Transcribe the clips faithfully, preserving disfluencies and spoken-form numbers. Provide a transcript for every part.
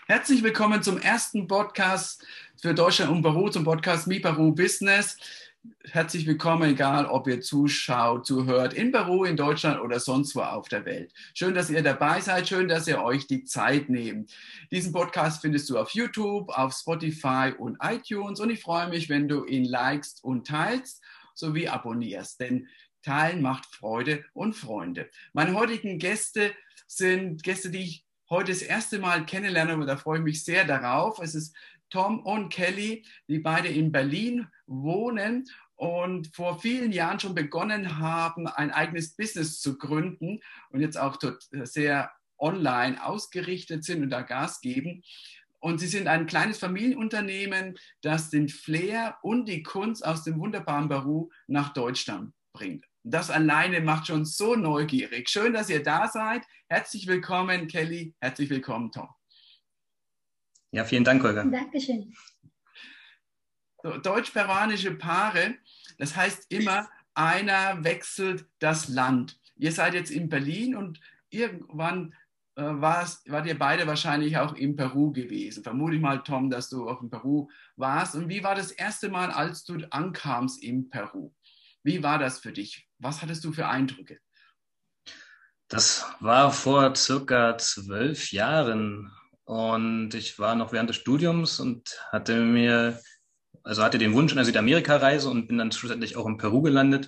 Herzlich willkommen zum ersten Podcast für Deutschland und Peru, zum Podcast Mi Peru Business. Herzlich willkommen, egal ob ihr zuschaut, zuhört in Peru, in Deutschland oder sonst wo auf der Welt. Schön, dass ihr dabei seid, schön, dass ihr euch die Zeit nehmt. Diesen Podcast findest du auf YouTube, auf Spotify und iTunes und ich freue mich, wenn du ihn likest und teilst sowie abonnierst, denn Teilen macht Freude und Freunde. Meine heutigen Gäste sind Gäste, die ich heute das erste Mal kennenlerne und da freue ich mich sehr darauf. Es ist Tom und Kelly, die beide in Berlin wohnen und vor vielen Jahren schon begonnen haben, ein eigenes Business zu gründen und jetzt auch sehr online ausgerichtet sind und da Gas geben. Und sie sind ein kleines Familienunternehmen, das den Flair und die Kunst aus dem wunderbaren Peru nach Deutschland bringt. Das alleine macht schon so neugierig. Schön, dass ihr da seid. Herzlich willkommen, Kelly. Herzlich willkommen, Tom. Ja, vielen Dank, Holger. Dankeschön. So, deutsch-peruanische Paare, das heißt immer, einer wechselt das Land. Ihr seid jetzt in Berlin und irgendwann äh, warst, wart ihr beide wahrscheinlich auch in Peru gewesen. Vermute ich mal, Tom, dass du auch in Peru warst. Und wie war das erste Mal, als du ankamst in Peru? Wie war das für dich? Was hattest du für Eindrücke? Das war vor circa zwölf Jahren und ich war noch während des Studiums und hatte mir, also hatte den Wunsch einer Südamerika-Reise und bin dann schlussendlich auch in Peru gelandet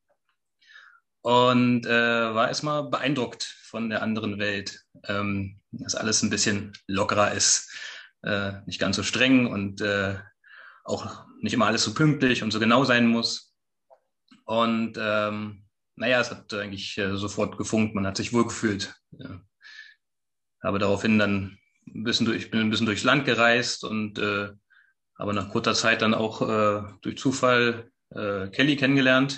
und äh, war erstmal beeindruckt von der anderen Welt, ähm, dass alles ein bisschen lockerer ist, äh, nicht ganz so streng und äh, auch nicht immer alles so pünktlich und so genau sein muss. Und ähm, naja, es hat eigentlich äh, sofort gefunkt, man hat sich wohlgefühlt. Ja. Habe daraufhin dann ein bisschen durch, bin ein bisschen durchs Land gereist und äh, habe nach kurzer Zeit dann auch äh, durch Zufall äh, Kelly kennengelernt.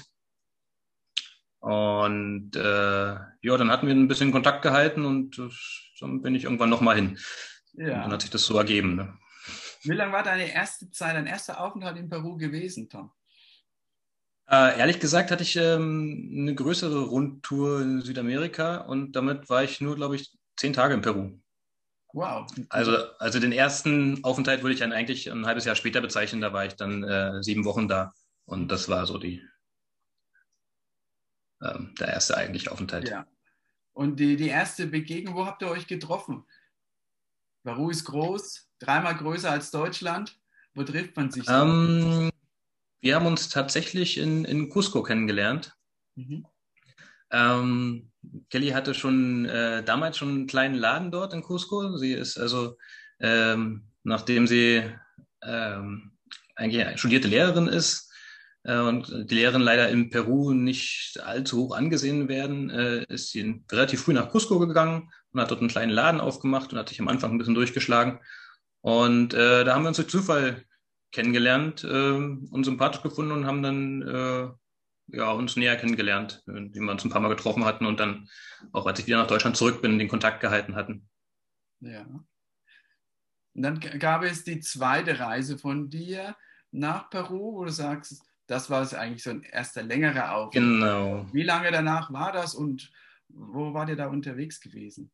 Und äh, ja, dann hatten wir ein bisschen Kontakt gehalten und äh, dann bin ich irgendwann nochmal hin. Ja. Und dann hat sich das so ergeben. Ne? Wie lange war deine erste Zeit, dein erster Aufenthalt in Peru gewesen, Tom? Äh, ehrlich gesagt hatte ich ähm, eine größere Rundtour in Südamerika und damit war ich nur, glaube ich, zehn Tage in Peru. Wow. Also, also den ersten Aufenthalt würde ich dann eigentlich ein halbes Jahr später bezeichnen, da war ich dann äh, sieben Wochen da und das war so die, ähm, der erste eigentliche Aufenthalt. Ja. Und die, die erste Begegnung, wo habt ihr euch getroffen? Peru ist groß, dreimal größer als Deutschland. Wo trifft man sich so? Ähm, Wir haben uns tatsächlich in, in Cusco kennengelernt. Mhm. Ähm, Kelly hatte schon äh, damals schon einen kleinen Laden dort in Cusco. Sie ist also, ähm, nachdem sie ähm, eigentlich studierte Lehrerin ist äh, und die Lehrerinnen leider in Peru nicht allzu hoch angesehen werden, äh, ist sie relativ früh nach Cusco gegangen und hat dort einen kleinen Laden aufgemacht und hat sich am Anfang ein bisschen durchgeschlagen. Und äh, da haben wir uns durch Zufall kennengelernt äh, und sympathisch gefunden und haben dann äh, ja, uns näher kennengelernt, indem wir uns ein paar Mal getroffen hatten und dann auch, als ich wieder nach Deutschland zurück bin, den Kontakt gehalten hatten. Ja. Und dann gab es die zweite Reise von dir nach Peru, wo du sagst, das war eigentlich so ein erster längerer Aufenthalt. Genau. Wie lange danach war das und wo wart ihr da unterwegs gewesen?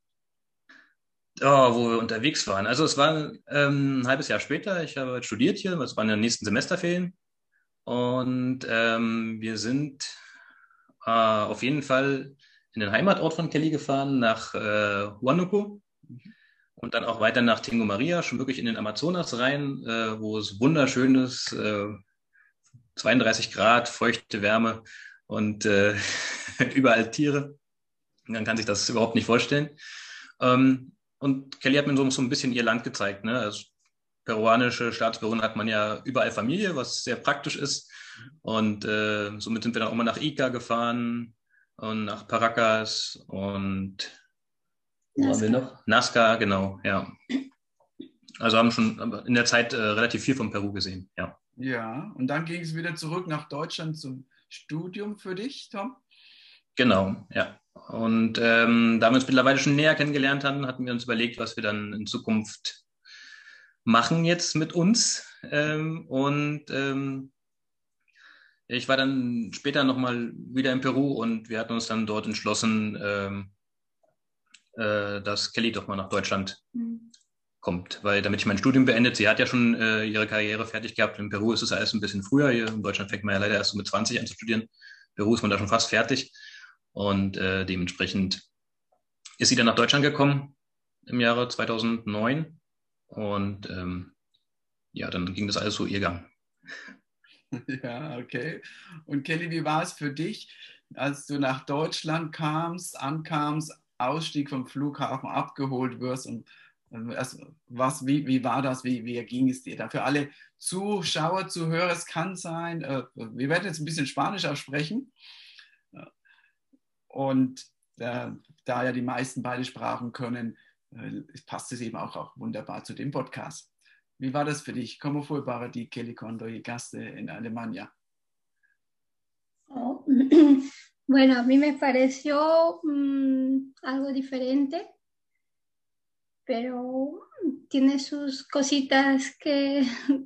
Oh, wo wir unterwegs waren. Also es war ähm, ein halbes Jahr später. Ich habe studiert hier, es waren in den nächsten Semesterferien. Und ähm, wir sind äh, auf jeden Fall in den Heimatort von Kelly gefahren, nach äh, Huánuco und dann auch weiter nach Tingo Maria, schon wirklich in den Amazonas rein, äh, wo es wunderschön ist, äh, zweiunddreißig Grad, feuchte Wärme und äh, überall Tiere. Man kann sich das überhaupt nicht vorstellen. Ähm, Und Kelly hat mir so, so ein bisschen ihr Land gezeigt. Ne? Als peruanische Staatsbürgerin hat man ja überall Familie, was sehr praktisch ist. Und äh, somit sind wir dann auch mal nach Ica gefahren und nach Paracas und wo waren wir noch? Nazca, genau, ja. Also haben schon in der Zeit äh, relativ viel von Peru gesehen, ja. Ja, und dann ging es wieder zurück nach Deutschland zum Studium für dich, Tom? Genau, ja. Und ähm, da wir uns mittlerweile schon näher kennengelernt hatten, hatten wir uns überlegt, was wir dann in Zukunft machen jetzt mit uns. Ähm, und ähm, ich war dann später nochmal wieder in Peru und wir hatten uns dann dort entschlossen, ähm, äh, dass Kelly doch mal nach Deutschland kommt. Weil damit ich mein Studium beendet, sie hat ja schon äh, ihre Karriere fertig gehabt. In Peru ist es alles ein bisschen früher. Hier in Deutschland fängt man ja leider erst so mit zwanzig an zu studieren. In Peru ist man da schon fast fertig. Und äh, dementsprechend ist sie dann nach Deutschland gekommen im Jahre zweitausendneun. Und ähm, ja, dann ging das alles so ihr Gang. Ja, okay. Und Kelly, wie war es für dich, als du nach Deutschland kamst, ankamst, Ausstieg vom Flughafen abgeholt wirst und was, wie, wie war das, wie, wie ging es dir da? Für alle Zuschauer, Zuhörer, es kann sein, äh, wir werden jetzt ein bisschen Spanisch auch sprechen und äh, da ja die meisten beide Sprachen können, äh, passt es eben auch, auch wunderbar zu dem Podcast. Wie war das für dich? ¿Cómo fue para ti, Kelly, cuando llegaste en Alemania? Oh, bueno, a mí me pareció um, algo diferente, pero tiene sus cositas que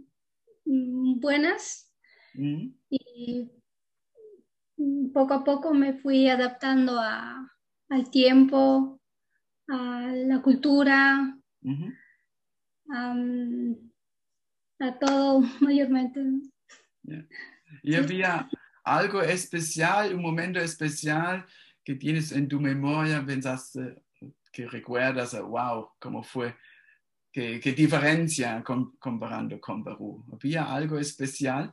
buenas mm. y poco a poco me fui adaptando a, al tiempo, a la cultura, mm-hmm. um, a todo mayormente. Yeah. Y había algo especial, un momento especial que tienes en tu memoria, pensaste, que recuerdas, wow, cómo fue, qué, qué diferencia com, comparando con Perú. ¿Había algo especial?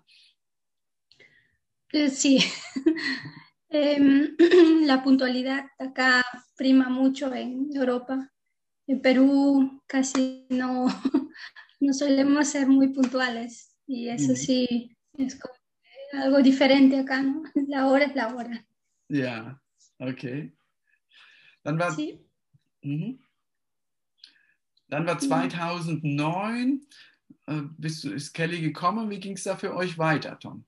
Sí, eh, la puntualidad acá prima mucho en Europa. En Perú casi no, no solemos ser muy puntuales y eso sí es como algo diferente acá, ¿no? La hora es la hora. Ja, yeah. Okay. Dann war... Sí. Mhm. Dann war zweitausendneun, äh, bist du, ist Kelly gekommen. Wie ging es da für euch weiter, Tom?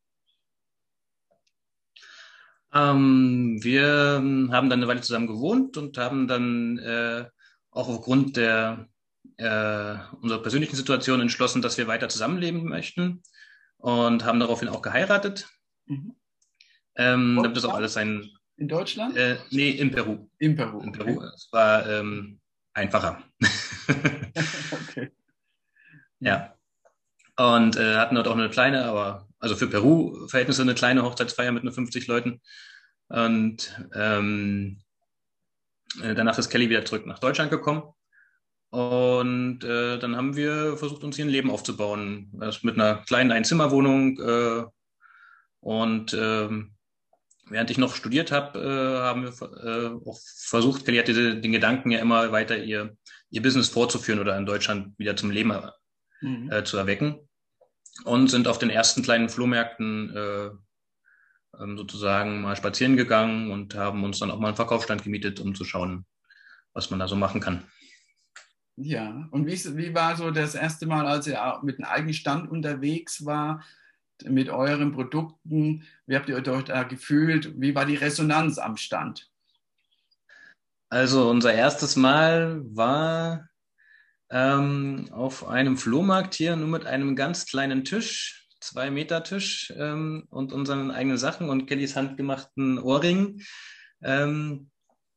Ähm, wir haben dann eine Weile zusammen gewohnt und haben dann äh, auch aufgrund der, äh, unserer persönlichen Situation entschlossen, dass wir weiter zusammenleben möchten und haben daraufhin auch geheiratet. Mhm. Ähm, damit das auch alles sein... In Deutschland? Äh, nee, in Peru. In Peru. In Peru. Okay. Es war ähm, einfacher. Okay. Ja. Und äh, hatten dort auch eine kleine, aber also für Peru-Verhältnisse eine kleine Hochzeitsfeier mit nur fünfzig Leuten. Und ähm, äh, danach ist Kelly wieder zurück nach Deutschland gekommen. Und äh, dann haben wir versucht, uns hier ein Leben aufzubauen. Das mit einer kleinen Einzimmerwohnung. Äh, und ähm, während ich noch studiert habe, äh, haben wir äh, auch versucht, Kelly hatte den Gedanken ja immer weiter, ihr, ihr Business fortzuführen oder in Deutschland wieder zum Leben mhm. äh, zu erwecken. Und sind auf den ersten kleinen Flohmärkten äh, ähm, sozusagen mal spazieren gegangen und haben uns dann auch mal einen Verkaufsstand gemietet, um zu schauen, was man da so machen kann. Ja, und wie, wie war so das erste Mal, als ihr mit einem eigenen Stand unterwegs war, mit euren Produkten? Wie habt ihr euch da gefühlt? Wie war die Resonanz am Stand? Also unser erstes Mal war ähm, auf einem Flohmarkt hier, nur mit einem ganz kleinen Tisch, zwei Meter Tisch ähm, und unseren eigenen Sachen und Kellys handgemachten Ohrringen. Ähm,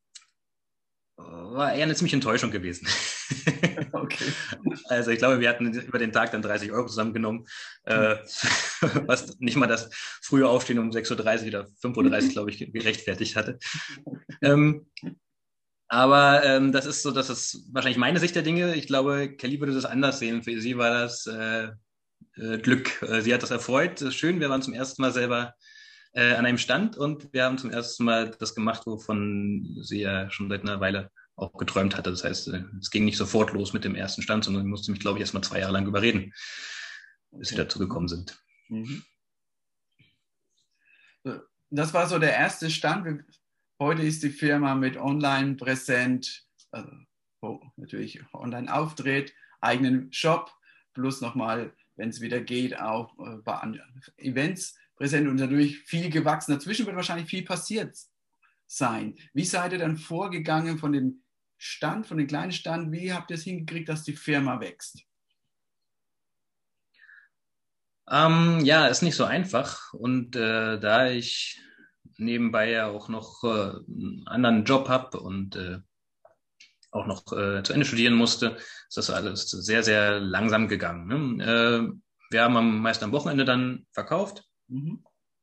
war eher eine ziemliche Enttäuschung gewesen. Okay. Also ich glaube, wir hatten über den Tag dann dreißig Euro zusammengenommen, äh, was nicht mal das frühe Aufstehen um sechs Uhr dreißig oder fünf Uhr dreißig, glaube ich, gerechtfertigt hatte. Ähm, aber ähm, das ist so, das ist wahrscheinlich meine Sicht der Dinge. Ich glaube, Kelly würde das anders sehen. Für sie war das äh, äh, Glück. Sie hat das erfreut. Das ist schön, wir waren zum ersten Mal selber äh, an einem Stand und wir haben zum ersten Mal das gemacht, wovon sie ja schon seit einer Weile auch geträumt hatte. Das heißt, es ging nicht sofort los mit dem ersten Stand, sondern ich musste mich, glaube ich, erst mal zwei Jahre lang überreden, bis okay. wir dazu gekommen sind. Mhm. Das war so der erste Stand. Heute ist die Firma mit online präsent, also oh, natürlich online auftritt, eigenen Shop, plus nochmal, wenn es wieder geht, auch bei Events präsent und natürlich viel gewachsen. Dazwischen wird wahrscheinlich viel passiert sein. Wie seid ihr dann vorgegangen von dem Stand, von dem kleinen Stand? Wie habt ihr es hingekriegt, dass die Firma wächst? Ähm, ja, ist nicht so einfach. Und äh, da ich nebenbei ja auch noch äh, einen anderen Job habe und äh, auch noch äh, zu Ende studieren musste, ist das alles sehr, sehr langsam gegangen. Ne? Äh, wir haben am meisten am Wochenende dann verkauft Mhm.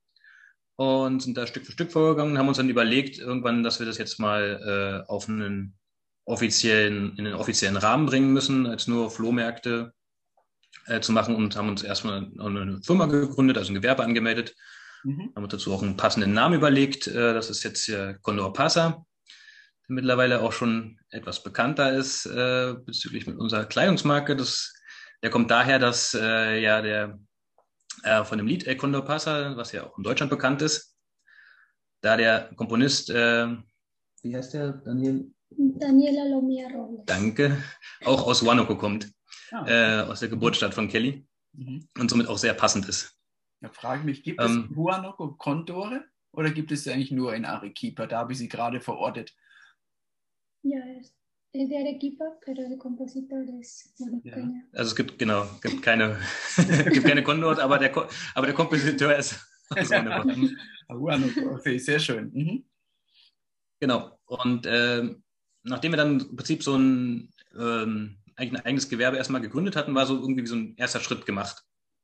und sind da Stück für Stück vorgegangen, haben uns dann überlegt, irgendwann, dass wir das jetzt mal äh, auf einen offiziellen, in den offiziellen Rahmen bringen müssen, als nur Flohmärkte äh, zu machen, und haben uns erstmal eine Firma gegründet, also ein Gewerbe angemeldet, Mhm. haben uns dazu auch einen passenden Namen überlegt. Äh, das ist jetzt äh, Condor Pasa, der mittlerweile auch schon etwas bekannter ist äh, bezüglich mit unserer Kleidungsmarke. Das, der kommt daher, dass äh, ja der äh, von dem Lied El Condor Pasa, was ja auch in Deutschland bekannt ist, da der Komponist, äh, wie heißt der, Daniel? Daniela Lomia Robles. Danke, auch aus Huánuco kommt, Ah. äh, aus der Geburtsstadt von Kelly, Mhm. und somit auch sehr passend ist. Da frage ich mich, gibt Ähm, es in Huánuco Condore oder gibt es sie eigentlich nur in Arequipa? Da habe ich sie gerade verortet. Ya es, es de Arequipa, pero el compositor es oaxaqueño. Also es gibt, genau, gibt keine, gibt keine Condor, aber der, Ko- aber der Kompositeur ist aus Huánuco. Huánuco, okay, sehr schön. Mhm. Genau. Und ähm, nachdem wir dann im Prinzip so ein, ähm, eigentlich ein eigenes Gewerbe erstmal gegründet hatten, war so irgendwie so ein erster Schritt gemacht.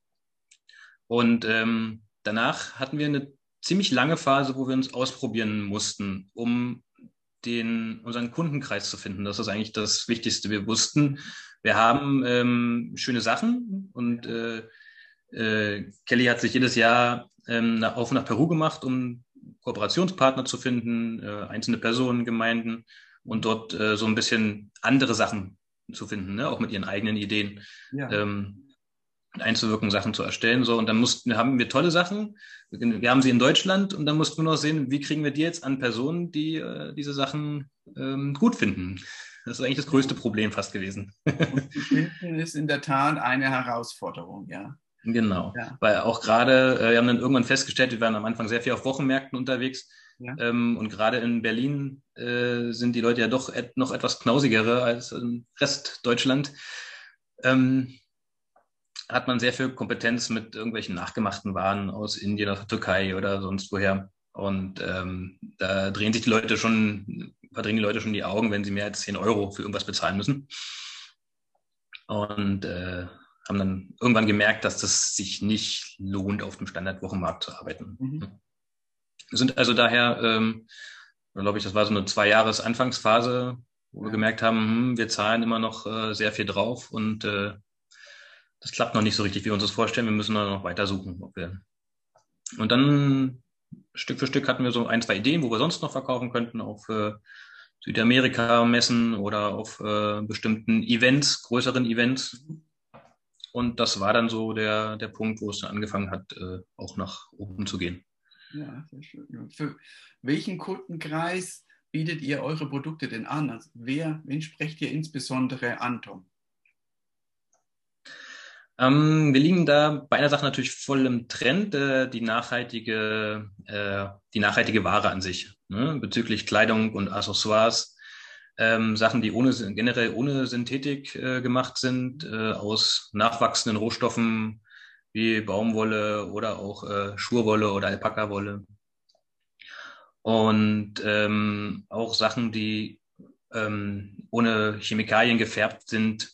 Und ähm, danach hatten wir eine ziemlich lange Phase, wo wir uns ausprobieren mussten, um den, unseren Kundenkreis zu finden. Das ist eigentlich das Wichtigste. Wir wussten, wir haben ähm, schöne Sachen, und äh, äh, Kelly hat sich jedes Jahr ähm, auf nach Peru gemacht, um Kooperationspartner zu finden, äh, einzelne Personen, Gemeinden, und dort äh, so ein bisschen andere Sachen zu finden, ne? Auch mit ihren eigenen Ideen Ja. ähm, einzuwirken, Sachen zu erstellen. So. Und dann mussten, haben wir tolle Sachen. Wir haben sie in Deutschland, und dann mussten wir noch sehen, wie kriegen wir die jetzt an Personen, die äh, diese Sachen ähm, gut finden. Das ist eigentlich das größte Problem fast gewesen. Und zu finden ist in der Tat eine Herausforderung, ja. Genau, Ja. weil auch gerade, äh, wir haben dann irgendwann festgestellt, wir waren am Anfang sehr viel auf Wochenmärkten unterwegs, Ja. ähm, und gerade in Berlin äh, sind die Leute ja doch et noch etwas knausigere als im Rest Deutschland. Ähm, hat man sehr viel Kompetenz mit irgendwelchen nachgemachten Waren aus Indien, aus der Türkei oder sonst woher. Und ähm, da drehen sich die Leute schon, verdrehen die Leute schon die Augen, wenn sie mehr als zehn Euro für irgendwas bezahlen müssen. Und äh, haben dann irgendwann gemerkt, dass das sich nicht lohnt, auf dem Standardwochenmarkt zu arbeiten. Mhm. Wir sind also daher, ähm, glaube ich, das war so eine Zwei-Jahres-Anfangsphase, wo Ja. wir gemerkt haben, hm, wir zahlen immer noch äh, sehr viel drauf, und äh, das klappt noch nicht so richtig, wie wir uns das vorstellen. Wir müssen noch weiter suchen. Ob wir und dann Stück für Stück hatten wir so ein, zwei Ideen, wo wir sonst noch verkaufen könnten, auf äh, Südamerika-Messen oder auf äh, bestimmten Events, größeren Events. Und das war dann so der, der Punkt, wo es dann angefangen hat, äh, auch nach oben zu gehen. Ja, sehr schön. Und für welchen Kundenkreis bietet ihr eure Produkte denn an? Also wer, wen sprecht ihr insbesondere an, Tom? Ähm, wir liegen da bei einer Sache natürlich voll im Trend, äh, die nachhaltige, äh, die nachhaltige Ware an sich, ne? Bezüglich Kleidung und Accessoires. Ähm, Sachen, die ohne, generell ohne Synthetik äh, gemacht sind, äh, aus nachwachsenden Rohstoffen wie Baumwolle oder auch äh, Schurwolle oder Alpakawolle. Und ähm, auch Sachen, die ähm, ohne Chemikalien gefärbt sind.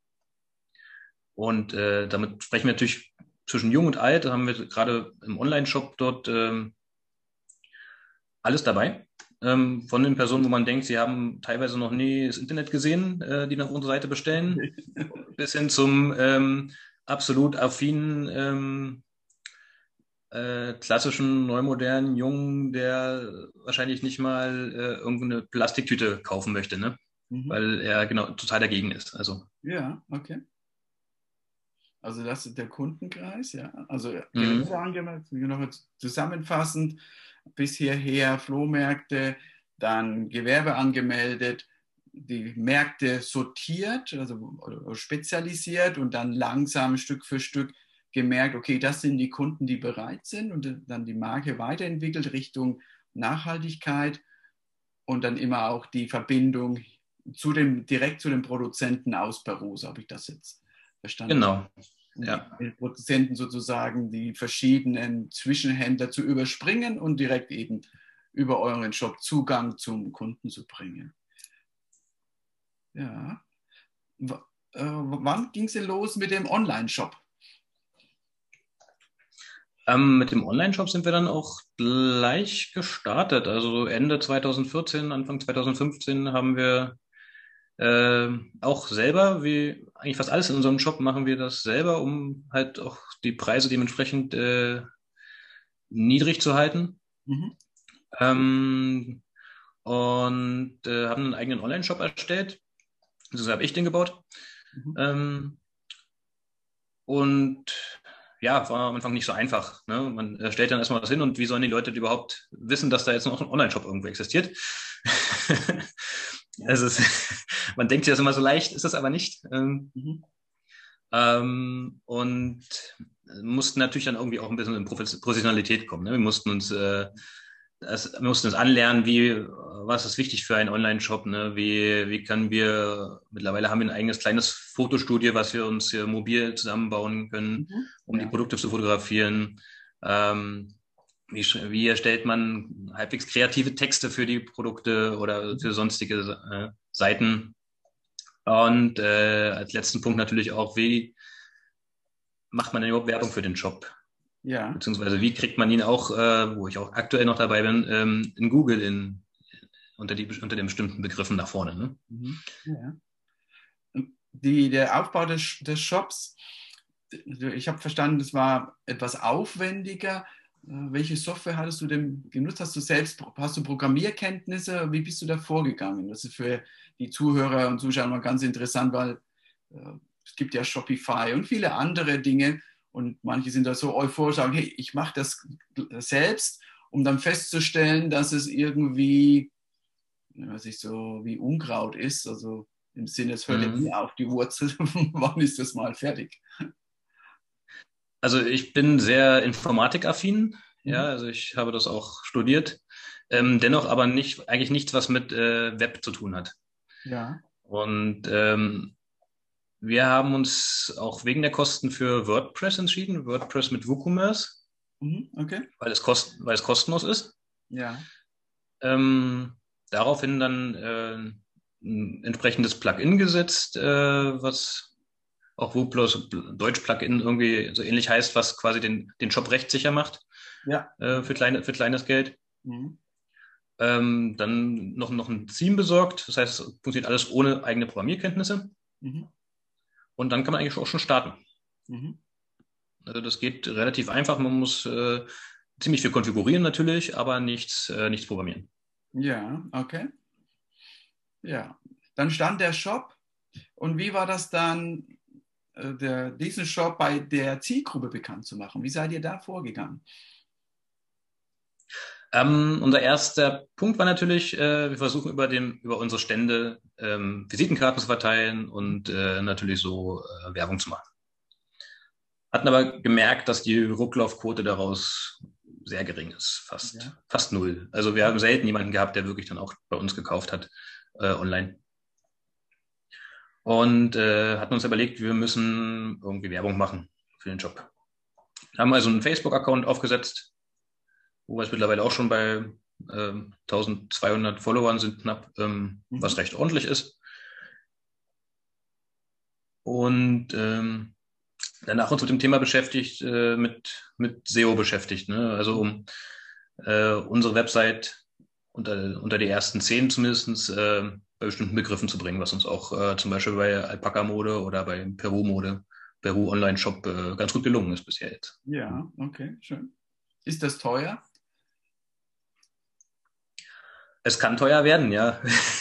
Und äh, damit sprechen wir natürlich zwischen Jung und Alt. Da haben wir gerade im Online-Shop dort ähm, alles dabei. Ähm, von den Personen, wo man denkt, sie haben teilweise noch nie das Internet gesehen, äh, die nach unserer Seite bestellen, bis hin zum ähm, absolut affinen, ähm, äh, klassischen, neumodernen Jungen, der wahrscheinlich nicht mal äh, irgendeine Plastiktüte kaufen möchte, ne? Mhm. Weil er genau total dagegen ist. Also Ja, okay. Also das ist der Kundenkreis, ja. Also mhm. Gewerbe angemeldet, noch zusammenfassend, bis hierher Flohmärkte, dann Gewerbe angemeldet, die Märkte sortiert, also spezialisiert und dann langsam Stück für Stück gemerkt, okay, das sind die Kunden, die bereit sind, und dann die Marke weiterentwickelt Richtung Nachhaltigkeit und dann immer auch die Verbindung zu dem, direkt zu den Produzenten aus Peru, so habe ich das jetzt verstanden. Genau. Ja. Die Produzenten sozusagen die verschiedenen Zwischenhändler zu überspringen und direkt eben über euren Shop Zugang zum Kunden zu bringen. Ja. W äh, wann ging es denn los mit dem Online-Shop? Ähm, mit dem Online-Shop sind wir dann auch gleich gestartet. Also Ende zwanzig vierzehn, Anfang zwanzig fünfzehn haben wir äh, auch selber, wie eigentlich fast alles in unserem Shop, machen wir das selber, um halt auch die Preise dementsprechend äh, niedrig zu halten. Mhm. Ähm, und äh, haben einen eigenen Online-Shop erstellt. So habe ich den gebaut. Mhm. Ähm, und ja, war am Anfang nicht so einfach. Ne? Man äh, stellt dann erstmal was hin und wie sollen die Leute überhaupt wissen, dass da jetzt noch ein Online-Shop irgendwo existiert? Also es, man denkt sich das immer so leicht, ist das aber nicht. Ähm, Mhm. ähm, und mussten natürlich dann irgendwie auch ein bisschen in Professionalität kommen. Ne? Wir mussten uns äh, das, wir mussten uns anlernen, wie, was ist wichtig für einen Online-Shop, ne? Wie, wie können wir, mittlerweile haben wir ein eigenes kleines Fotostudio, was wir uns hier mobil zusammenbauen können, Mhm. um Ja. die Produkte zu fotografieren. Ähm, wie, wie erstellt man halbwegs kreative Texte für die Produkte oder für sonstige äh, Seiten? Und äh, als letzten Punkt natürlich auch, wie macht man denn überhaupt Werbung für den Shop? Ja. Beziehungsweise wie kriegt man ihn auch, äh, wo ich auch aktuell noch dabei bin, ähm, in Google in, unter, die, unter den bestimmten Begriffen nach vorne. Ne? Mhm. Ja. Die, der Aufbau des, des Shops, ich habe verstanden, das war etwas aufwendiger. Welche Software hattest du denn genutzt? Hast du selbst, hast du Programmierkenntnisse? Wie bist du da vorgegangen? Das ist für die Zuhörer und Zuschauer mal ganz interessant, weil äh, es gibt ja Shopify und viele andere Dinge und manche sind da so euphorisch, sagen, hey, ich mache das selbst, um dann festzustellen, dass es irgendwie, was ich so wie Unkraut ist, also im Sinne, es hört ja nie Mhm. auf die Wurzel, wann ist das mal fertig? Also ich bin sehr informatikaffin, ja, Mhm. also ich habe das auch studiert, ähm, dennoch aber nicht, eigentlich nichts, was mit äh, Web zu tun hat. Ja. Und ähm, wir haben uns auch wegen der Kosten für WordPress entschieden, WordPress mit WooCommerce, Mhm. Okay. weil es, kost, weil es kostenlos ist. Ja. Ähm, daraufhin dann äh, ein entsprechendes Plugin gesetzt, äh, was auch WooPlus Deutsch Plugin irgendwie so ähnlich heißt, was quasi den, den Shop rechtssicher macht Ja. äh, für, kleine, für kleines Geld. Mhm. Ähm, dann noch, noch ein Theme besorgt, das heißt, es funktioniert alles ohne eigene Programmierkenntnisse Mhm. und dann kann man eigentlich auch schon starten. Mhm. Also das geht relativ einfach, man muss äh, ziemlich viel konfigurieren natürlich, aber nichts, äh, nichts programmieren. Ja, okay. Ja. Dann stand der Shop und wie war das dann, äh, der, diesen Shop bei der Zielgruppe bekannt zu machen? Wie seid ihr da vorgegangen? Ähm, unser erster Punkt war natürlich, äh, wir versuchen über, dem, über unsere Stände ähm, Visitenkarten zu verteilen und äh, natürlich so äh, Werbung zu machen. Hatten aber gemerkt, dass die Rücklaufquote daraus sehr gering ist, fast, Ja. fast null. Also wir haben selten jemanden gehabt, der wirklich dann auch bei uns gekauft hat, äh, online. Und äh, hatten uns überlegt, wir müssen irgendwie Werbung machen für den Job. Haben also einen Facebook-Account aufgesetzt, wo wir jetzt mittlerweile auch schon bei ähm, zwölfhundert Followern sind knapp, ähm, Mhm. was recht ordentlich ist. Und ähm, danach uns mit dem Thema beschäftigt, äh, mit, mit S E O beschäftigt. Ne? Also um äh, unsere Website unter, unter die ersten zehn zumindest äh, bei bestimmten Begriffen zu bringen, was uns auch äh, zum Beispiel bei Alpaka-Mode oder bei Peru-Mode, Peru-Online-Shop äh, ganz gut gelungen ist bisher jetzt. Ja, okay, schön. Ist das teuer? Es kann teuer werden, ja.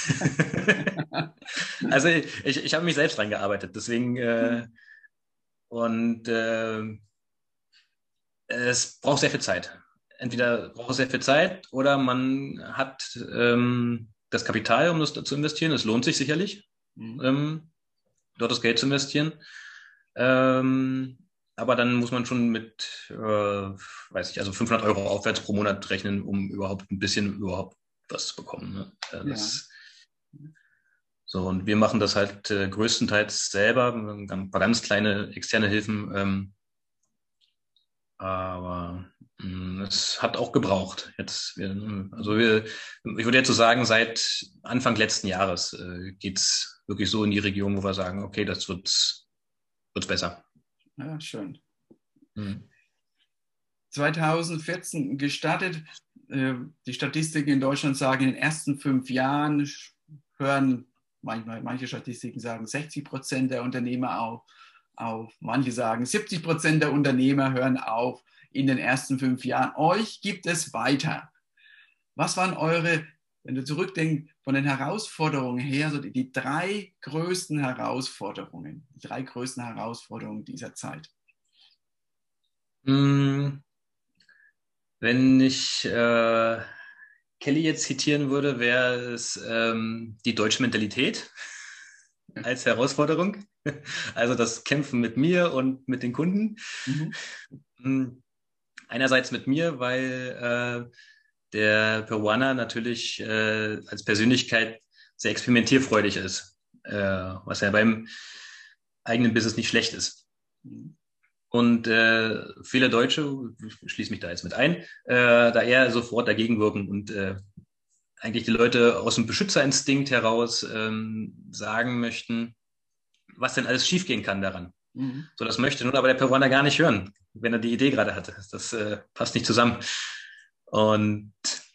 Also ich, ich habe mich selbst reingearbeitet, deswegen äh, und äh, es braucht sehr viel Zeit. Entweder braucht es sehr viel Zeit oder man hat ähm, das Kapital, um das zu investieren. Es lohnt sich sicherlich, Mhm. ähm, dort das Geld zu investieren. Ähm, aber dann muss man schon mit, äh, weiß ich, also fünfhundert Euro aufwärts pro Monat rechnen, um überhaupt ein bisschen überhaupt was zu bekommen. Ne? Äh, Ja. Das, so, und wir machen das halt äh, größtenteils selber, ein paar ganz kleine externe Hilfen. Ähm, aber mh, es hat auch gebraucht. Jetzt, wir, also wir, ich würde jetzt so sagen, seit Anfang letzten Jahres äh, geht's wirklich so in die Region, wo wir sagen, okay, das wird wird's besser. Ja, schön. Mhm. zwanzig vierzehn gestartet. Die Statistiken in Deutschland sagen, in den ersten fünf Jahren hören, manchmal, manche Statistiken sagen, sechzig Prozent der Unternehmer auf, auf. Manche sagen, siebzig Prozent der Unternehmer hören auf in den ersten fünf Jahren. Euch gibt es weiter. Was waren eure, wenn du zurückdenkst, von den Herausforderungen her, so die, die drei größten Herausforderungen, die drei größten Herausforderungen dieser Zeit? Mhm. Wenn ich äh, Kelly jetzt zitieren würde, wäre es ähm, die deutsche Mentalität als Herausforderung. Also das Kämpfen mit mir und mit den Kunden. Mhm. Einerseits mit mir, weil äh, der Peruaner natürlich äh, als Persönlichkeit sehr experimentierfreudig ist, äh, was ja beim eigenen Business nicht schlecht ist. Mhm. Und äh, viele Deutsche, ich schließe mich da jetzt mit ein, äh, da eher sofort dagegen wirken und äh, eigentlich die Leute aus dem Beschützerinstinkt heraus ähm, sagen möchten, was denn alles schiefgehen kann daran. Mhm. So, das möchte nun aber der Peruaner gar nicht hören, wenn er die Idee gerade hatte. Das äh, passt nicht zusammen. Und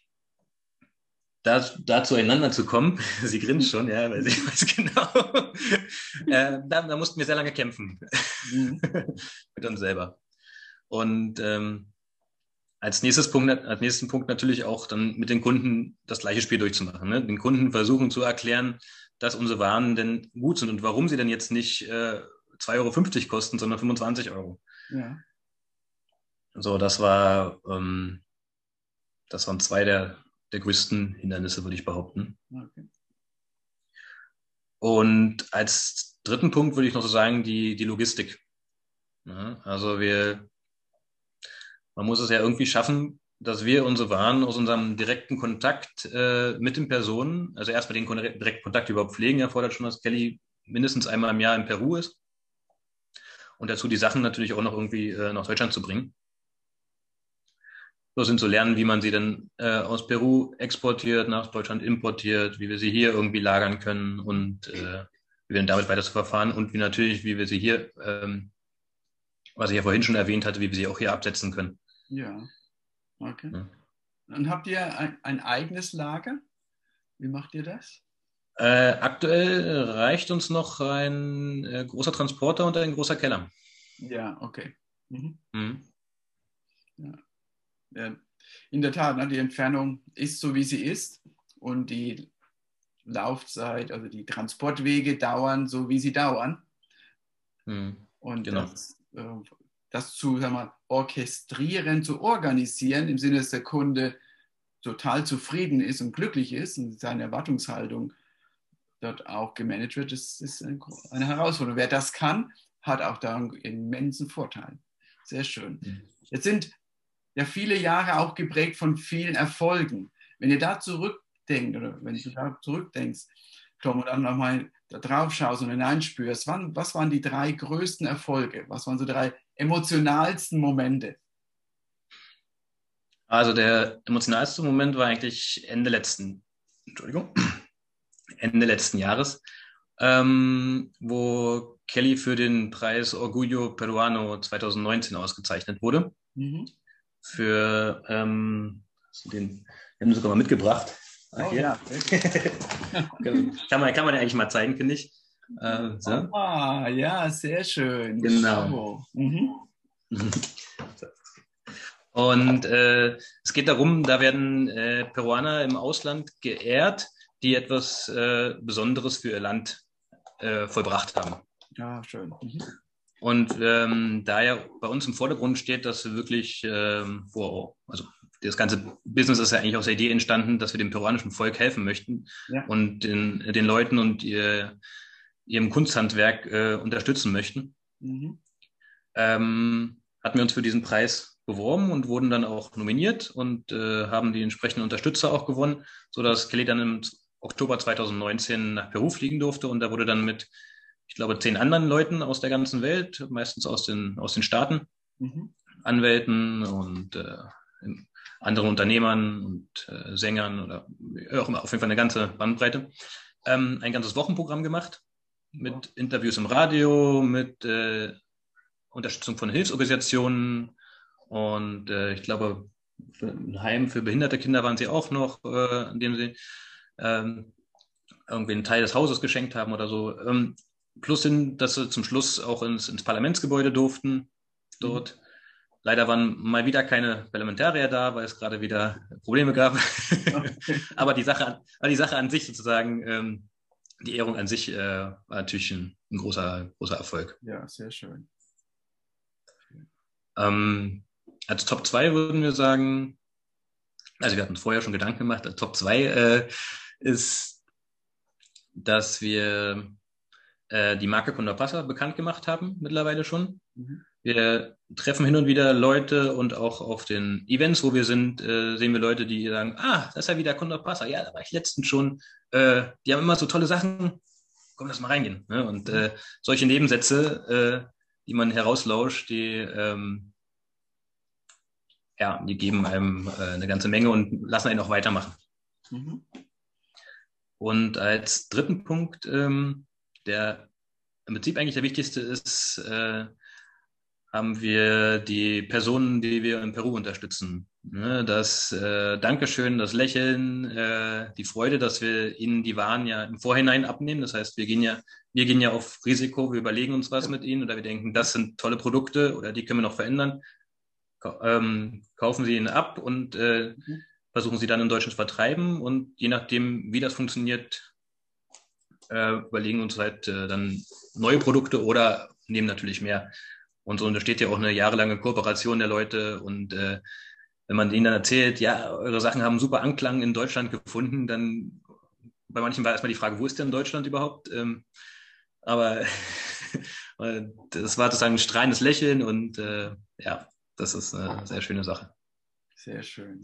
da, da zueinander zu kommen, sie grinst schon, ja, weil sie weiß genau, äh, da, da mussten wir sehr lange kämpfen mhm. mit uns selber. Und ähm, als nächstes Punkt, als nächsten Punkt natürlich auch dann mit den Kunden das gleiche Spiel durchzumachen. Ne? Den Kunden versuchen zu erklären, dass unsere Waren denn gut sind und warum sie denn jetzt nicht äh, zwei Euro fünfzig kosten, sondern fünfundzwanzig Euro. Ja. So, das war, ähm, das waren zwei der der größten Hindernisse, würde ich behaupten. Okay. Und als dritten Punkt würde ich noch so sagen, die, die Logistik. Ja, also wir, man muss es ja irgendwie schaffen, dass wir unsere Waren aus unserem direkten Kontakt äh, mit den Personen, also erstmal den direkten Kontakt überhaupt pflegen, erfordert schon, dass Kelly mindestens einmal im Jahr in Peru ist. Und dazu die Sachen natürlich auch noch irgendwie äh, nach Deutschland zu bringen. So sind zu lernen, wie man sie dann äh, aus Peru exportiert, nach Deutschland importiert, wie wir sie hier irgendwie lagern können und äh, wie wir dann damit weiter zu verfahren und wie natürlich, wie wir sie hier, ähm, was ich ja vorhin schon erwähnt hatte, wie wir sie auch hier absetzen können. Ja, okay. Ja. Und habt ihr ein, ein eigenes Lager? Wie macht ihr das? Äh, aktuell reicht uns noch ein äh, großer Transporter und ein großer Keller. Ja, okay. Mhm. Mhm. Ja. In der Tat, ne, die Entfernung ist so, wie sie ist und die Laufzeit, also die Transportwege dauern so, wie sie dauern. Mhm, und genau. das, äh, das zu sagen wir, orchestrieren, zu organisieren, im Sinne, dass der Kunde total zufrieden ist und glücklich ist und seine Erwartungshaltung dort auch gemanagt wird, das ist eine Herausforderung. Wer das kann, hat auch da einen immensen Vorteil. Sehr schön. Mhm. Jetzt sind ja viele Jahre auch geprägt von vielen Erfolgen. Wenn ihr da zurückdenkt oder wenn du da zurückdenkst, Tom, und dann nochmal da drauf schaust und hineinspürst, wann, was waren die drei größten Erfolge? Was waren so drei emotionalsten Momente? Also der emotionalste Moment war eigentlich Ende letzten, Entschuldigung, Ende letzten Jahres, ähm, wo Kelly für den Preis Orgullo Peruano zwanzig neunzehn ausgezeichnet wurde. Mhm. Für ähm, den, wir haben ihn sogar mal mitgebracht. Ach, oh, ja. kann, man, kann man ja eigentlich mal zeigen, finde ich. Äh, so. Ah, ja, sehr schön. Genau. Mhm. Und äh, es geht darum, da werden äh, Peruaner im Ausland geehrt, die etwas äh, Besonderes für ihr Land äh, vollbracht haben. Ja, schön. Mhm. Und ähm, da ja bei uns im Vordergrund steht, dass wir wirklich, ähm, wow, also das ganze Business ist ja eigentlich aus der Idee entstanden, dass wir dem peruanischen Volk helfen möchten ja. und den, den Leuten und ihr, ihrem Kunsthandwerk äh, unterstützen möchten. Mhm. Ähm, hatten wir uns für diesen Preis beworben und wurden dann auch nominiert und äh, haben die entsprechenden Unterstützer auch gewonnen, sodass Kelly dann im Oktober zwanzig neunzehn nach Peru fliegen durfte und da wurde dann mit ich glaube, zehn anderen Leuten aus der ganzen Welt, meistens aus den, aus den Staaten, mhm. Anwälten und äh, anderen Unternehmern und äh, Sängern oder auch auf jeden Fall eine ganze Bandbreite, ähm, ein ganzes Wochenprogramm gemacht mit Interviews im Radio, mit äh, Unterstützung von Hilfsorganisationen und äh, ich glaube, für ein Heim für behinderte Kinder waren sie auch noch, äh, indem sie ähm, irgendwie einen Teil des Hauses geschenkt haben oder so. Ähm, plus hin, dass sie zum Schluss auch ins, ins Parlamentsgebäude durften dort. Mhm. Leider waren mal wieder keine Parlamentarier da, weil es gerade wieder Probleme gab. Okay. aber, die Sache, aber die Sache an sich sozusagen, ähm, die Ehrung an sich äh, war natürlich ein, ein großer, großer Erfolg. Ja, sehr schön. Ähm, als Top zwei würden wir sagen, also wir hatten uns vorher schon Gedanken gemacht, als Top zwei äh, ist, dass wir äh, die Marke Condor Pasa bekannt gemacht haben, mittlerweile schon. Mhm. Wir treffen hin und wieder Leute und auch auf den Events, wo wir sind, äh, sehen wir Leute, die sagen, ah, das ist ja wieder Condor Pasa. Ja, da war ich letztens schon. Äh, die haben immer so tolle Sachen. Komm, lass mal reingehen. Ne? Und äh, solche Nebensätze, äh, die man herauslauscht, die, ähm, ja, die geben einem äh, eine ganze Menge und lassen einen auch weitermachen. Mhm. Und als dritten Punkt, ähm, der im Prinzip eigentlich der wichtigste ist, äh, haben wir die Personen, die wir in Peru unterstützen. Ne, das äh, Dankeschön, das Lächeln, äh, die Freude, dass wir ihnen die Waren ja im Vorhinein abnehmen. Das heißt, wir gehen ja, wir gehen ja auf Risiko, wir überlegen uns was mit ihnen oder wir denken, das sind tolle Produkte oder die können wir noch verändern. Ka- ähm, kaufen sie ihnen ab und äh, mhm. versuchen sie dann in Deutschland zu vertreiben und je nachdem, wie das funktioniert, äh, überlegen wir uns halt äh, dann neue Produkte oder nehmen natürlich mehr. Und so entsteht ja auch eine jahrelange Kooperation der Leute. Und äh, wenn man denen dann erzählt, ja, eure Sachen haben super Anklang in Deutschland gefunden, dann bei manchen war erstmal die Frage, wo ist denn Deutschland überhaupt? Ähm, aber das war sozusagen ein strahlendes Lächeln und äh, ja, das ist eine sehr schöne Sache. Sehr schön.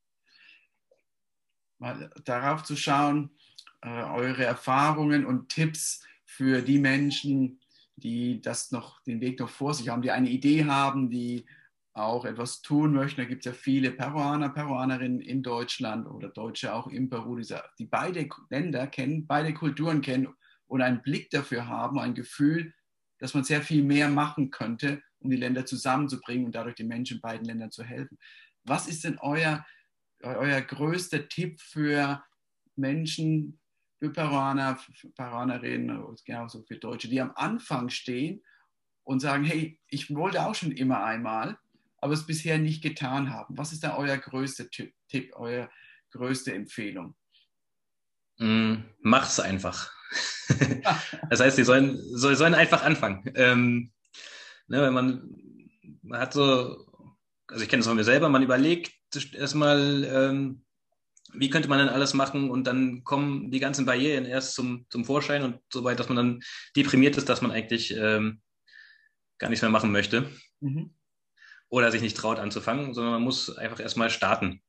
Mal darauf zu schauen, äh, eure Erfahrungen und Tipps für die Menschen, die das noch, den Weg noch vor sich haben, die eine Idee haben, die auch etwas tun möchten. Da gibt es ja viele Peruaner, Peruanerinnen in Deutschland oder Deutsche auch in Peru, die, die beide Länder kennen, beide Kulturen kennen und einen Blick dafür haben, ein Gefühl, dass man sehr viel mehr machen könnte, um die Länder zusammenzubringen und dadurch den Menschen in beiden Ländern zu helfen. Was ist denn euer, euer größter Tipp für Menschen, für Peruaner, für Peruanerinnen, genauso für Deutsche, die am Anfang stehen und sagen, hey, ich wollte auch schon immer einmal, aber es bisher nicht getan haben. Was ist da euer größter Tipp, Tipp eure größte Empfehlung? Mm, mach's einfach. Das heißt, sie sollen, sie sollen einfach anfangen. Ähm, ne, wenn man, man hat so, also ich kenne das von mir selber, man überlegt erstmal, ähm, wie könnte man denn alles machen und dann kommen die ganzen Barrieren erst zum, zum Vorschein und so weit, dass man dann deprimiert ist, dass man eigentlich ähm, gar nichts mehr machen möchte mhm. oder sich nicht traut anzufangen, sondern man muss einfach erstmal starten.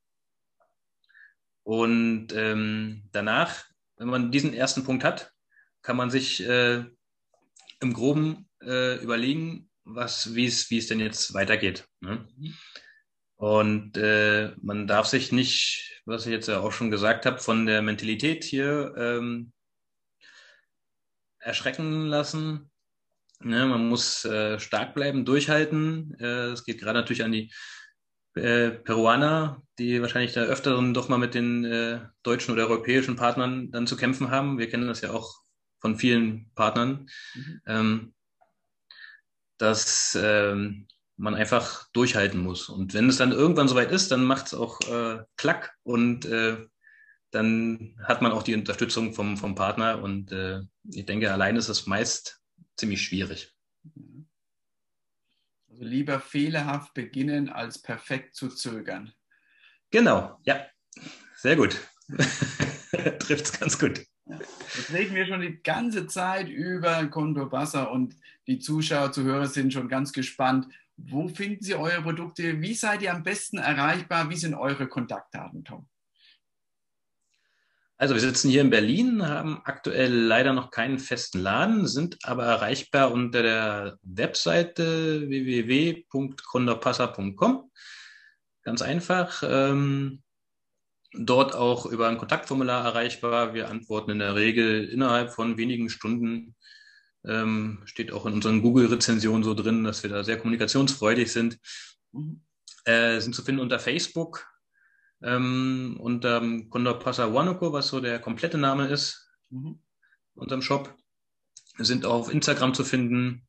Und ähm, danach, wenn man diesen ersten Punkt hat, kann man sich äh, im Groben äh, überlegen, was, wie es, wie es denn jetzt weitergeht. Ne? Mhm. Und äh, man darf sich nicht, was ich jetzt ja auch schon gesagt habe, von der Mentalität hier ähm, erschrecken lassen. Ne, man muss äh, stark bleiben, durchhalten. Es äh, geht gerade natürlich an die äh, Peruaner, die wahrscheinlich da öfteren doch mal mit den äh, deutschen oder europäischen Partnern dann zu kämpfen haben. Wir kennen das ja auch von vielen Partnern, mhm. ähm, dass ähm, man einfach durchhalten muss. Und wenn es dann irgendwann soweit ist, dann macht es auch äh, Klack und äh, dann hat man auch die Unterstützung vom, vom Partner. Und äh, ich denke, allein ist es meist ziemlich schwierig. Also lieber fehlerhaft beginnen, als perfekt zu zögern. Genau, ja, sehr gut. Trifft es ganz gut. Jetzt reden wir schon die ganze Zeit über Condor Pasa und die Zuschauer, Zuhörer sind schon ganz gespannt. Wo finden Sie eure Produkte? Wie seid ihr am besten erreichbar? Wie sind eure Kontaktdaten, Tom? Also wir sitzen hier in Berlin, haben aktuell leider noch keinen festen Laden, sind aber erreichbar unter der Webseite w w w punkt condor pasa punkt com. Ganz einfach. Ähm, dort auch über ein Kontaktformular erreichbar. Wir antworten in der Regel innerhalb von wenigen Stunden. Ähm, steht auch in unseren Google-Rezensionen so drin, dass wir da sehr kommunikationsfreudig sind. Mhm. Äh, sind zu finden unter Facebook, ähm, unter Condor Pasa Huánuco, was so der komplette Name ist, Mhm. unserem Shop. Wir sind auch auf Instagram zu finden.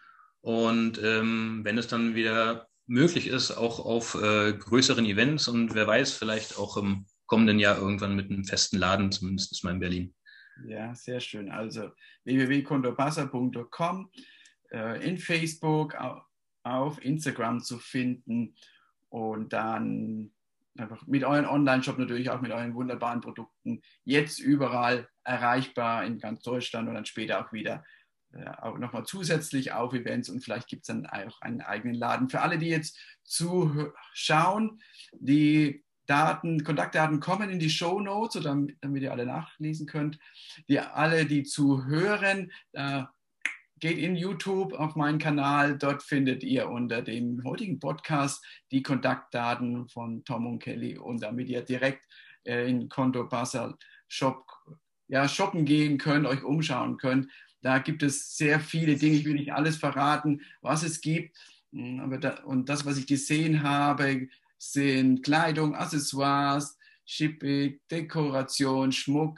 Und ähm, wenn es dann wieder möglich ist, auch auf äh, größeren Events und wer weiß, vielleicht auch im kommenden Jahr irgendwann mit einem festen Laden, zumindest ist mal in Berlin. Ja, sehr schön. Also w w w punkt condorpasa punkt com, äh, in Facebook, auf, auf Instagram zu finden und dann einfach mit euren Online-Shop natürlich auch mit euren wunderbaren Produkten jetzt überall erreichbar in ganz Deutschland und dann später auch wieder äh, auch nochmal zusätzlich auf Events und vielleicht gibt es dann auch einen eigenen Laden. Für alle, die jetzt zuschauen, die Daten, Kontaktdaten kommen in die Shownotes, damit, damit ihr alle nachlesen könnt. Die alle, die zuhören, äh, geht in YouTube auf meinen Kanal. Dort findet ihr unter dem heutigen Podcast die Kontaktdaten von Tom und Kelly und damit ihr direkt äh, in Condor Pasa Shop ja, shoppen gehen könnt, euch umschauen könnt. Da gibt es sehr viele Dinge. Ich will nicht alles verraten, was es gibt. Aber da, und das, was ich gesehen habe, sind Kleidung, Accessoires, Shipping, Dekoration, Schmuck,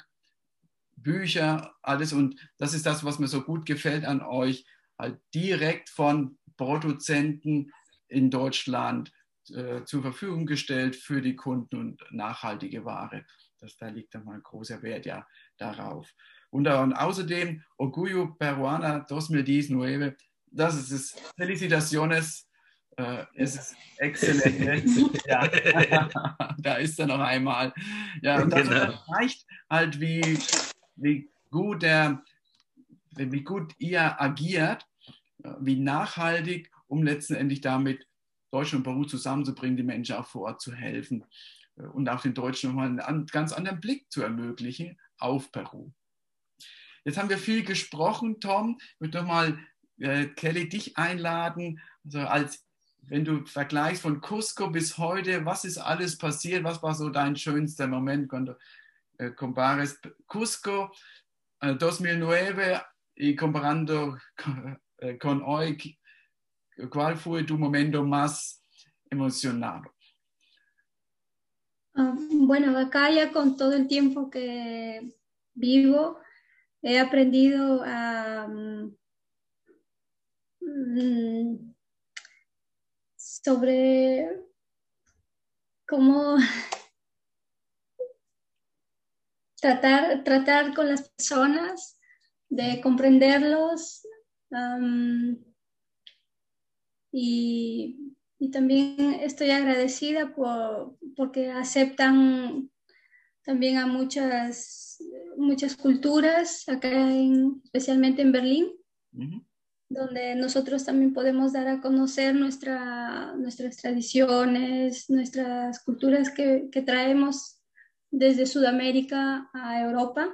Bücher, alles. Und das ist das, was mir so gut gefällt an euch. Halt direkt von Produzenten in Deutschland äh, zur Verfügung gestellt für die Kunden und nachhaltige Ware. Das, da liegt dann mal ein großer Wert ja darauf. Und, und außerdem, Orgullo Peruana dos mil diecinueve, das ist es. Felicitaciones. Uh, es ist exzellent. Ja. Da ist er noch einmal. Ja, und das Genau. zeigt halt, wie, wie, gut der, wie gut ihr agiert, wie nachhaltig, um letztendlich damit Deutschland und Peru zusammenzubringen, die Menschen auch vor Ort zu helfen und auch den Deutschen nochmal einen ganz anderen Blick zu ermöglichen auf Peru. Jetzt haben wir viel gesprochen, Tom. Ich würde nochmal äh, Kelly dich einladen, also als wenn du vergleichst von Cusco bis heute, was ist alles passiert? Was war so dein schönster Moment, cuando eh, compares Cusco eh, dos mil nueve y comparando eh, con hoy? ¿Cuál fue tu momento más emocionado? Uh, bueno, acá ya con todo el tiempo que vivo, he aprendido a... Um, sobre cómo tratar, tratar con las personas, de comprenderlos um, y, y también estoy agradecida por, porque aceptan también a muchas, muchas culturas, acá en, especialmente en Berlín. Uh-huh. Donde nosotros también podemos dar a conocer nuestra, nuestras tradiciones, nuestras culturas que, que traemos desde Sudamérica a Europa.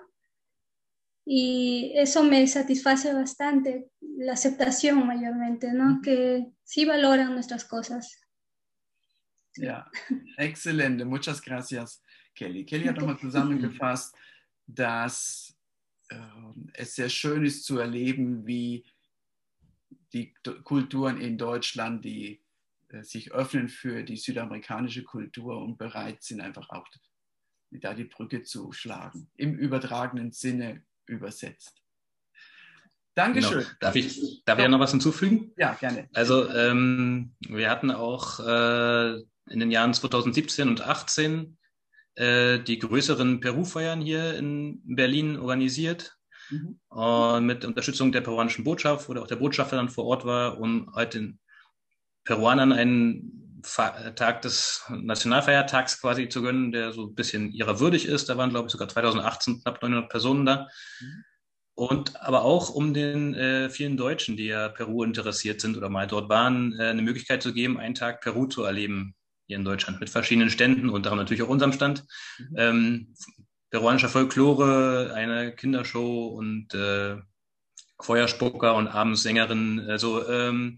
Y eso me satisface bastante, la aceptación mayormente, ¿no? Que sí valoran nuestras cosas. Ja, exzellent. Muchas gracias, Kelly. Kelly hat nochmal zusammengefasst, dass äh, es sehr schön ist zu erleben, wie die Kulturen in Deutschland, die äh, sich öffnen für die südamerikanische Kultur und bereit sind, einfach auch da die Brücke zu schlagen. Im übertragenen Sinne übersetzt. Dankeschön. Genau. Darf ich, darf ich ja noch was hinzufügen? Ja, gerne. Also ähm, wir hatten auch äh, in den Jahren zweitausendsiebzehn und achtzehn äh, die größeren Peru-Feiern hier in Berlin organisiert. Mhm. Und mit Unterstützung der peruanischen Botschaft, wo auch der Botschafter dann vor Ort war, um halt den Peruanern einen Tag des Nationalfeiertags quasi zu gönnen, der so ein bisschen ihrer würdig ist. Da waren, glaube ich, sogar zweitausendachtzehn knapp neunhundert Personen da. Mhm. Und aber auch um den äh, vielen Deutschen, die ja Peru interessiert sind oder mal dort waren, äh, eine Möglichkeit zu geben, einen Tag Peru zu erleben hier in Deutschland mit verschiedenen Ständen, unter anderem natürlich auch unserem Stand. Mhm. Ähm, peruanischer Folklore, eine Kindershow und äh, Feuerspucker und abends Sängerinnen. Also ähm,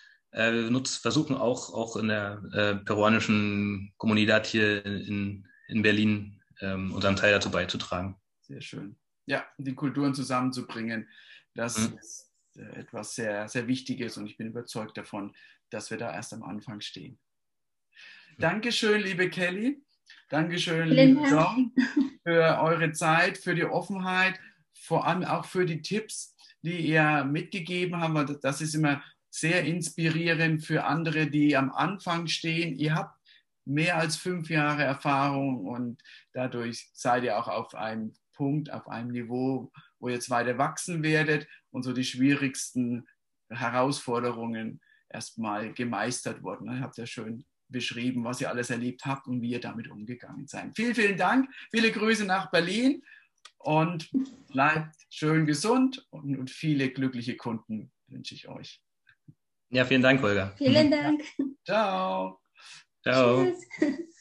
äh, nutz, versuchen auch, auch in der äh, peruanischen Kommunität hier in, in Berlin ähm, unseren Teil dazu beizutragen. Sehr schön. Ja, die Kulturen zusammenzubringen, das Mhm. ist etwas sehr, sehr Wichtiges und ich bin überzeugt davon, dass wir da erst am Anfang stehen. Dankeschön, liebe Kelly. Dankeschön, Vielen liebe Dank. Dom, für eure Zeit, für die Offenheit, vor allem auch für die Tipps, die ihr mitgegeben habt. Das ist immer sehr inspirierend für andere, die am Anfang stehen. Ihr habt mehr als fünf Jahre Erfahrung und dadurch seid ihr auch auf einem Punkt, auf einem Niveau, wo ihr jetzt weiter wachsen werdet und so die schwierigsten Herausforderungen erstmal gemeistert wurden. Ihr habt ja schön beschrieben, was ihr alles erlebt habt und wie ihr damit umgegangen seid. Vielen, vielen Dank. Viele Grüße nach Berlin und bleibt schön gesund und, und viele glückliche Kunden wünsche ich euch. Ja, vielen Dank, Holger. Vielen Dank. Ciao. Ciao. Tschüss.